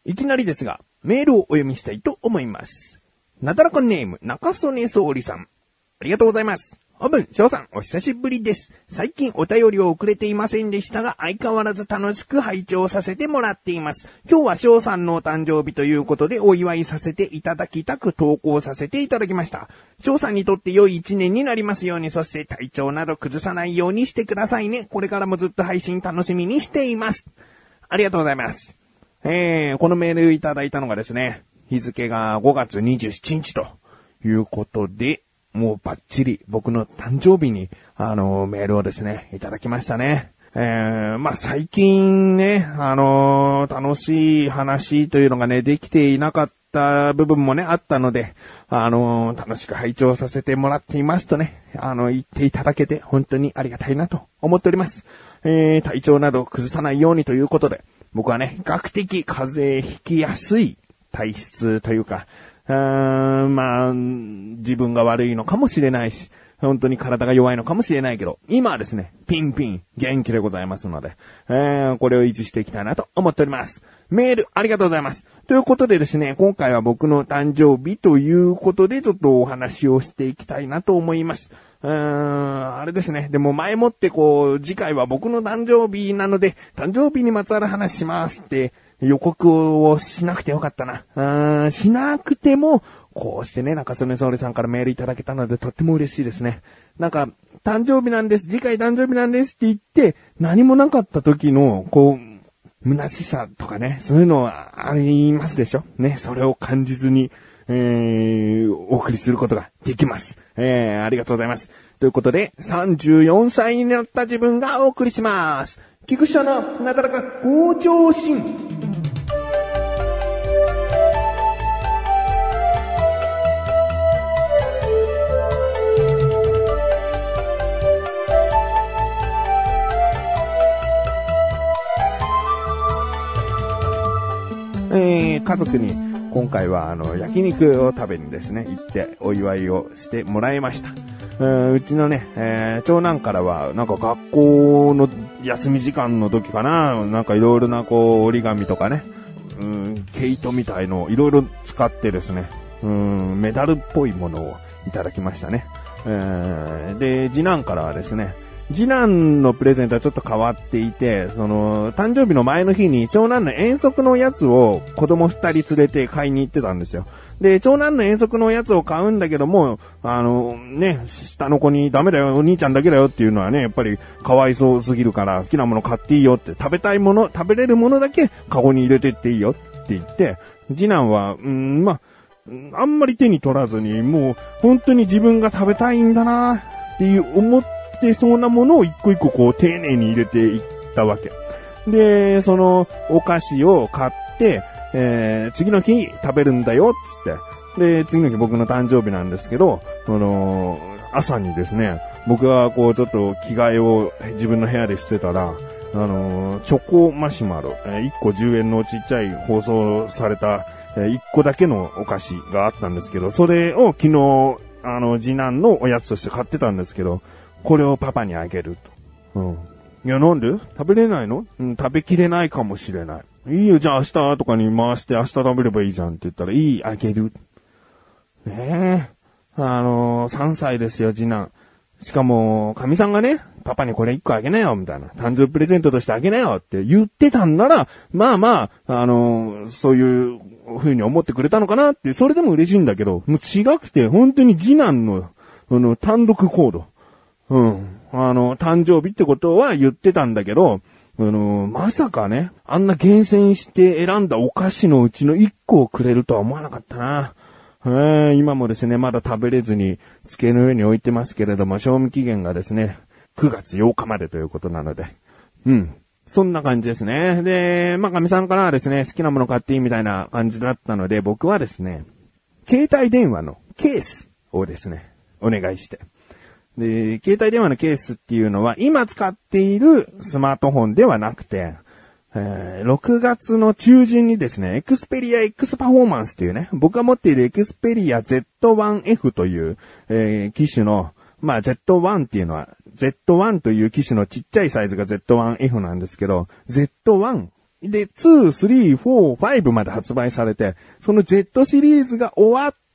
いきなりですが、メールをお読みしたいと思います。なだらかネーム、中曽根総理さん。ありがとうございます。翔さん、お久しぶりです。最近お便りを送れていませんでしたが、相変わらず楽しく拝聴させてもらっています。今日は翔さんのお誕生日ということでお祝いさせていただきたく投稿させていただきました。翔さんにとって良い一年になりますように、そして体調など崩さないようにしてくださいね。これからもずっと配信楽しみにしています。ありがとうございます。このメールいただいたのがですね、日付が5月27日ということで、もうバッチリ僕の誕生日にメールをですねいただきましたね。最近ね楽しい話というのがねできていなかった部分もねあったので楽しく拝聴させてもらっていますとね言っていただけて本当にありがたいなと思っております。体調などを崩さないようにということで僕はね比較的風邪ひきやすい体質というか自分が悪いのかもしれないし、本当に体が弱いのかもしれないけど、今はですね、ピンピン元気でございますので、これを維持していきたいなと思っております。メールありがとうございます。ということでですね、今回は僕の誕生日ということで、ちょっとお話をしていきたいなと思います。あれですね。でも前もって次回は僕の誕生日なので、誕生日にまつわる話しますって予告をしなくてよかったな。しなくても、こうしてね、中曽根総理さんからメールいただけたのでとっても嬉しいですね。なんか、誕生日なんです、次回誕生日なんですって言って、何もなかった時の、虚しさとかね、そういうのはありますでしょね、それを感じずに、お送りすることができます。ありがとうございます。ということで、34歳になった自分がお送りします。菊池のなだらか向上心。家族に今回は焼肉を食べにですね行ってお祝いをしてもらいました。うちのね、長男からはなんか学校の休み時間の時かな、なんかいろいろな折り紙とかね、毛糸みたいのをいろいろ使ってですね、メダルっぽいものをいただきましたね。で次男からはですね、次男のプレゼントはちょっと変わっていて、誕生日の前の日に長男の遠足のやつを子供2人連れて買いに行ってたんですよ。で、長男の遠足のやつを買うんだけども、下の子にダメだよ、お兄ちゃんだけだよっていうのはね、やっぱりかわいそうすぎるから好きなもの買っていいよって、食べれるものだけカゴに入れてっていいよって言って、次男は、あんまり手に取らずに、もう本当に自分が食べたいんだなって思ってそうなものを一個一個丁寧に入れていったわけ。で、そのお菓子を買って、次の日食べるんだよっつって。で、次の日僕の誕生日なんですけど、朝にですね、僕がちょっと着替えを自分の部屋でしてたら、チョコマシュマロ、1個10円のちっちゃい包装された、1個だけのお菓子があったんですけど、それを昨日、次男のおやつとして買ってたんですけど、これをパパにあげると。いや、なんで食べれないの？食べきれないかもしれない。いいよ、じゃあ明日とかに回して明日食べればいいじゃんって言ったら、いい、あげる。ねえ。3歳ですよ、次男。しかも、神さんがね、パパにこれ1個あげなよ、みたいな。誕生日プレゼントとしてあげなよって言ってたんなら、そういう風に思ってくれたのかなって、それでも嬉しいんだけど、もう違くて、本当に次男の、単独行動。誕生日ってことは言ってたんだけど、まさかね、あんな厳選して選んだお菓子のうちの1個をくれるとは思わなかったな。今もですね、まだ食べれずに机の上に置いてますけれども、賞味期限がですね、9月8日までということなので、そんな感じですね。で、神さんからはですね、好きなもの買っていいみたいな感じだったので、僕はですね、携帯電話のケースをですね、お願いして。で、携帯電話のケースっていうのは、今使っているスマートフォンではなくて、6月の中旬にですね、エクスペリア X パフォーマンスっていうね、僕が持っているエクスペリア Z1F という、機種の、Z1 っていうのは、Z1 という機種のちっちゃいサイズが Z1F なんですけど、Z1 で、2、3、4、5まで発売されて、その Z シリーズが終わって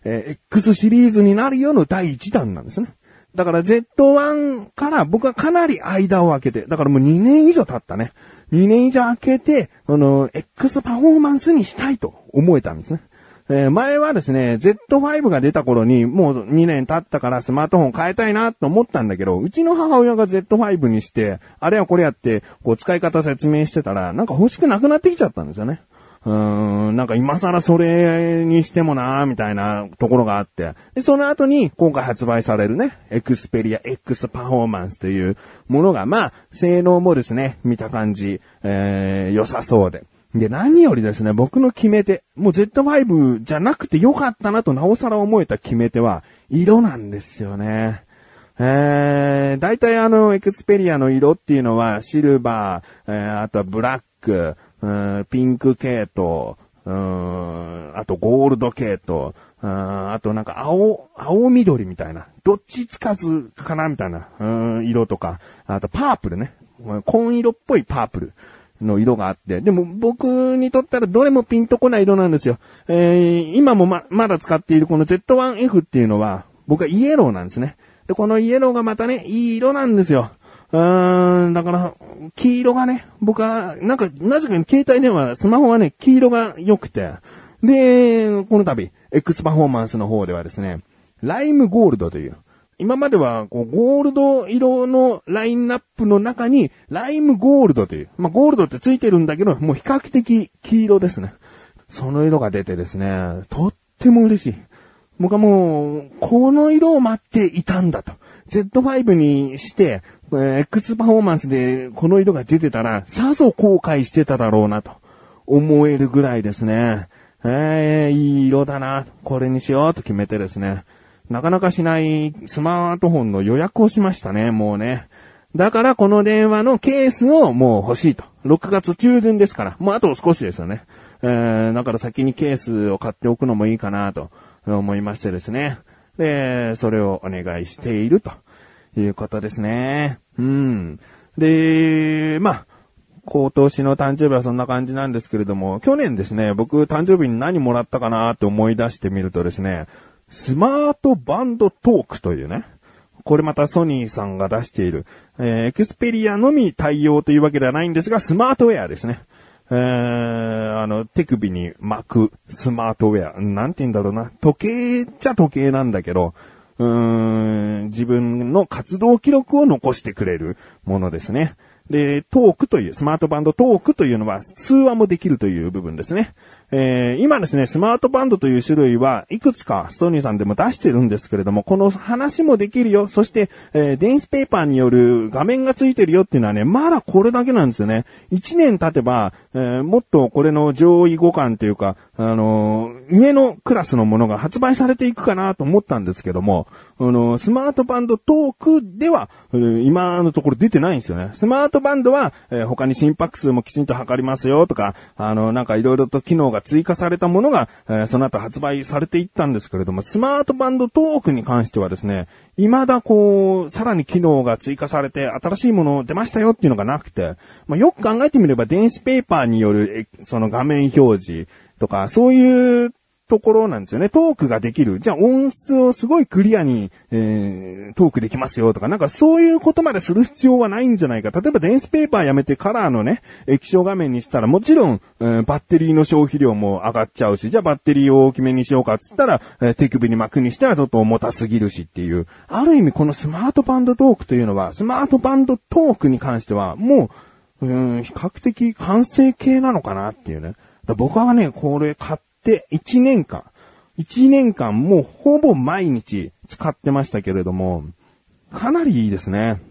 、X シリーズになるよの第1弾なんですね。だから Z1 から僕はかなり間を空けて、だからもう2年以上経ったね。2年以上空けて、X パフォーマンスにしたいと思えたんですね。前はですね、Z5 が出た頃にもう2年経ったからスマートフォン変えたいなと思ったんだけど、うちの母親が Z5 にして、あれやこれやって、こう使い方説明してたら、なんか欲しくなくなってきちゃったんですよね。なんか今更それにしてもなーみたいなところがあって。で、その後に今回発売されるね、Xperia X パフォーマンスというものが、まあ、性能もですね、見た感じ、良さそうで。で、何よりですね、僕の決め手、もう Z5 じゃなくてよかったなとなおさら思えた決め手は、色なんですよね。大体Xperia の色っていうのは、シルバー、あとはブラック、ピンク系統、あとゴールド系統、あとなんか青緑みたいな、どっちつかずかなみたいな、色とか、あとパープルね、紺色っぽいパープルの色があって、でも僕にとったらどれもピンとこない色なんですよ。今もまだ使っているこの Z1F っていうのは、僕はイエローなんですね。で、このイエローがまたね、いい色なんですよ。だから、黄色がね、僕は、なぜか携帯電話、スマホはね、黄色が良くて。で、この度、X パフォーマンスの方ではですね、ライムゴールドという、今まではこうゴールド色のラインナップの中に、ライムゴールドという、まあゴールドってついてるんだけど、もう比較的黄色ですね。その色が出てですね、とっても嬉しい。僕はもう、この色を待っていたんだと。Z5 にして、X パフォーマンスでこの色が出てたら、さぞ後悔してただろうなと思えるぐらいですね。いい色だな。これにしようと決めてですね。なかなかしないスマートフォンの予約をしましたね、もうね。だからこの電話のケースをもう欲しいと。6月中旬ですから。もうあと少しですよね。だから先にケースを買っておくのもいいかなと思いましてですね。で、それをお願いしているということですね。で、まあ、今年の誕生日はそんな感じなんですけれども、去年ですね、僕誕生日に何もらったかなって思い出してみるとですね、スマートバンドトークというね、これまたソニーさんが出している、エクスペリアのみ対応というわけではないんですが、スマートウェアですね。手首に巻くスマートウェア。なんて言うんだろうな。時計っちゃ時計なんだけど、自分の活動記録を残してくれるものですね。で、トークという、スマートバンドトークというのは通話もできるという部分ですね。今ですね、スマートバンドという種類はいくつかソニーさんでも出してるんですけれども、この話もできるよ。そして、電子ペーパーによる画面がついてるよっていうのはね、まだこれだけなんですよね。1年経てば、もっとこれの上位互換というか、上のクラスのものが発売されていくかなと思ったんですけども、スマートバンドトークでは、今のところ出てないんですよね。スマートバンドは、他に心拍数もきちんと測りますよとか、なんかいろいろと機能が追加されたものが、その後発売されていったんですけれども、スマートバンドトークに関してはですね、未だこう、さらに機能が追加されて新しいもの出ましたよっていうのがなくて、まあ、よく考えてみれば電子ペーパーによる、その画面表示とか、そういうところなんですよね。トークができる。じゃあ音質をすごいクリアに、トークできますよとか、なんかそういうことまでする必要はないんじゃないか。例えば電子ペーパーやめてカラーのね、液晶画面にしたらもちろん、バッテリーの消費量も上がっちゃうし、じゃあバッテリーを大きめにしようかっつったら、手首に巻くにしてはちょっと重たすぎるしっていう。ある意味このスマートバンドトークというのは、スマートバンドトークに関しては、もう、比較的完成形なのかなっていうね。僕はね、これ買って1年間もうほぼ毎日使ってましたけれども、かなりいいですね。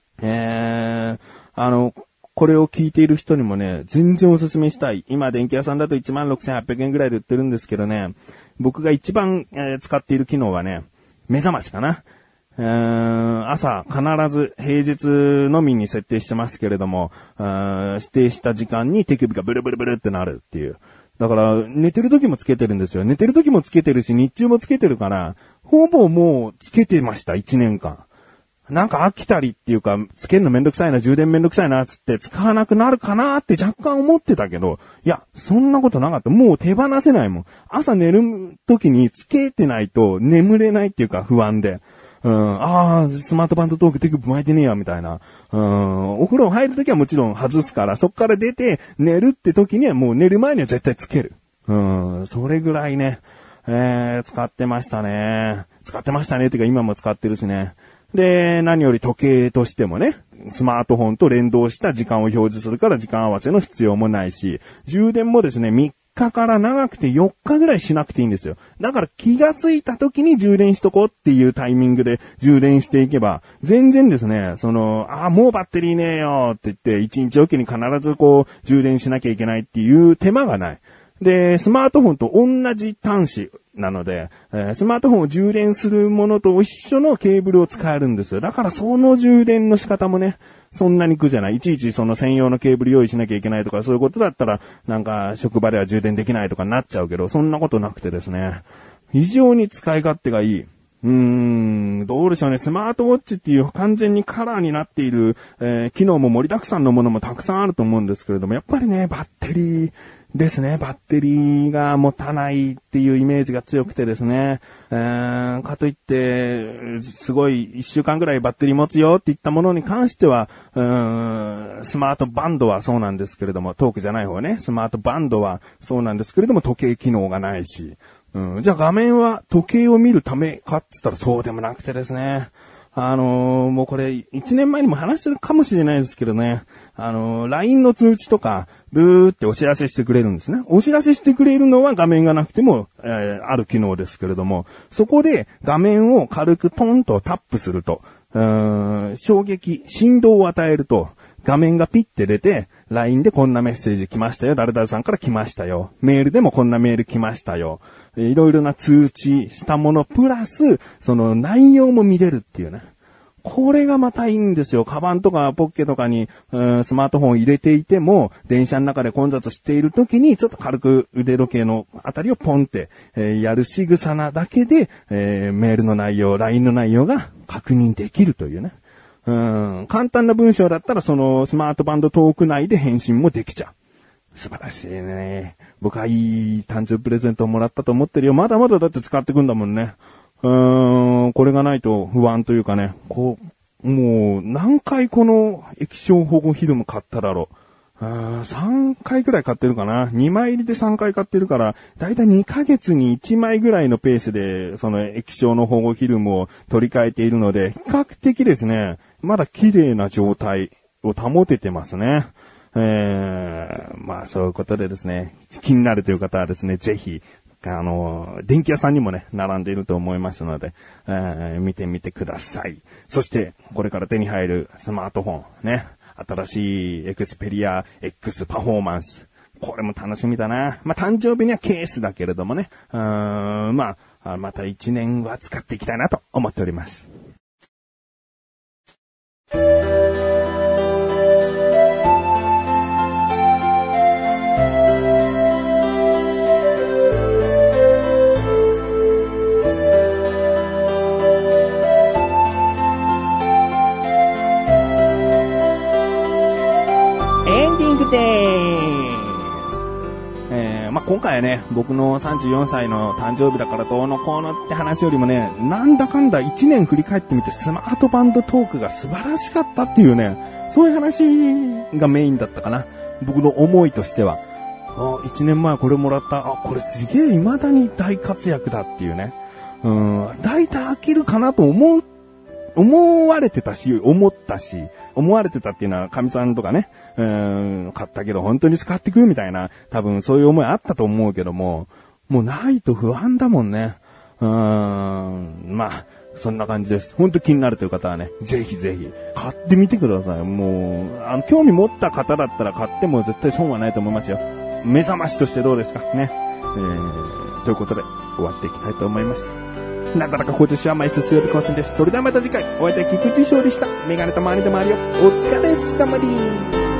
これを聞いている人にもね、全然おすすめしたい。今電気屋さんだと 16,800 円ぐらいで売ってるんですけどね、僕が一番、使っている機能はね、目覚ましかな。朝必ず平日のみに設定してますけれども、指定した時間に手首がブルブルブルってなるっていう。だから寝てる時もつけてるんですよ。寝てる時もつけてるし、日中もつけてるから、ほぼもうつけてました、1年間。 なんか飽きたりっていうか、つけるのめんどくさいな、充電めんどくさいな、つって使わなくなるかなって若干思ってたけど、いや、そんなことなかった。もう手放せないもん。朝寝る時につけてないと眠れないっていうか不安で。スマートバンドトーク手首巻いてねえや、みたいな。お風呂入るときはもちろん外すから、そっから出て寝るって時にはもう寝る前には絶対つける。それぐらいね、使ってましたね。使ってましたねっていうか今も使ってるしね。で、何より時計としてもね、スマートフォンと連動した時間を表示するから時間合わせの必要もないし、充電もですね、3日から長くて4日ぐらいしなくていいんですよ。だから気がついた時に充電しとこうっていうタイミングで充電していけば、全然ですね、もうバッテリーねえよって言って、1日おきに必ず充電しなきゃいけないっていう手間がない。で、スマートフォンと同じ端子なので、スマートフォンを充電するものと一緒のケーブルを使えるんですよ。だからその充電の仕方もね、そんなに苦じゃない。いちいちその専用のケーブル用意しなきゃいけないとか、そういうことだったら、なんか職場では充電できないとかなっちゃうけど、そんなことなくてですね、非常に使い勝手がいい。どうでしょうね。スマートウォッチっていう完全にカラーになっている、機能も盛りだくさんのものもたくさんあると思うんですけれども、やっぱりね、バッテリーですね。バッテリーが持たないっていうイメージが強くてですね。かといって、すごい1週間ぐらいバッテリー持つよって言ったものに関しては、スマートバンドはそうなんですけれども、トークじゃない方ね。スマートバンドはそうなんですけれども、時計機能がないし。じゃあ画面は時計を見るためかって言ったらそうでもなくてですね。もうこれ1年前にも話してるかもしれないですけどね。LINE の通知とか、ブーってお知らせしてくれるんですね。お知らせしてくれるのは画面がなくても、ある機能ですけれども、そこで画面を軽くポンとタップすると、振動を与えると、画面がピッて出て、LINE でこんなメッセージ来ましたよ。誰々さんから来ましたよ。メールでもこんなメール来ましたよ。いろいろな通知したものプラス、その内容も見れるっていうね。これがまたいいんですよ。カバンとかポッケとかにスマートフォンを入れていても、電車の中で混雑している時にちょっと軽く腕時計のあたりをポンって、やる仕草なだけで、メールの内容、LINE の内容が確認できるというね。簡単な文章だったらそのスマートバンドトーク内で返信もできちゃう。素晴らしいね。僕はいい誕生日プレゼントをもらったと思ってるよ。まだまだだって使ってくんだもんね。これがないと不安というかね、もう何回この液晶保護フィルム買っただろう。3回くらい買ってるかな。2枚入りで3回買ってるから、だいたい2ヶ月に1枚ぐらいのペースで、その液晶の保護フィルムを取り替えているので、比較的ですね、まだ綺麗な状態を保ててますね。そういうことでですね、気になるという方はですね、ぜひ、電気屋さんにもね、並んでいると思いますので、見てみてください。そして、これから手に入るスマートフォン、ね、新しいエクスペリア X パフォーマンス。これも楽しみだな。誕生日にはケースだけれどもね、また1年は使っていきたいなと思っております。今回はね、僕の34歳の誕生日だからどうのこうのって話よりもね、なんだかんだ1年振り返ってみてスマートバンドトークが素晴らしかったっていうね、そういう話がメインだったかな。僕の思いとしては。1年前これもらった。これすげえ未だに大活躍だっていうね。だいたい飽きるかなと思われてたし、思われてたっていうのは神さんとかね、買ったけど本当に使ってくみたいな、多分そういう思いあったと思うけども、もうないと不安だもんね。そんな感じです。本当気になるという方はね、ぜひぜひ買ってみてください。もう、興味持った方だったら買っても絶対損はないと思いますよ。目覚ましとしてどうですかね。ということで終わっていきたいと思います。なだらか今年は毎週水曜日更新です。それではまた次回、お会いいたい菊池翔でした。メガネと周りで周りよ。お疲れ様です。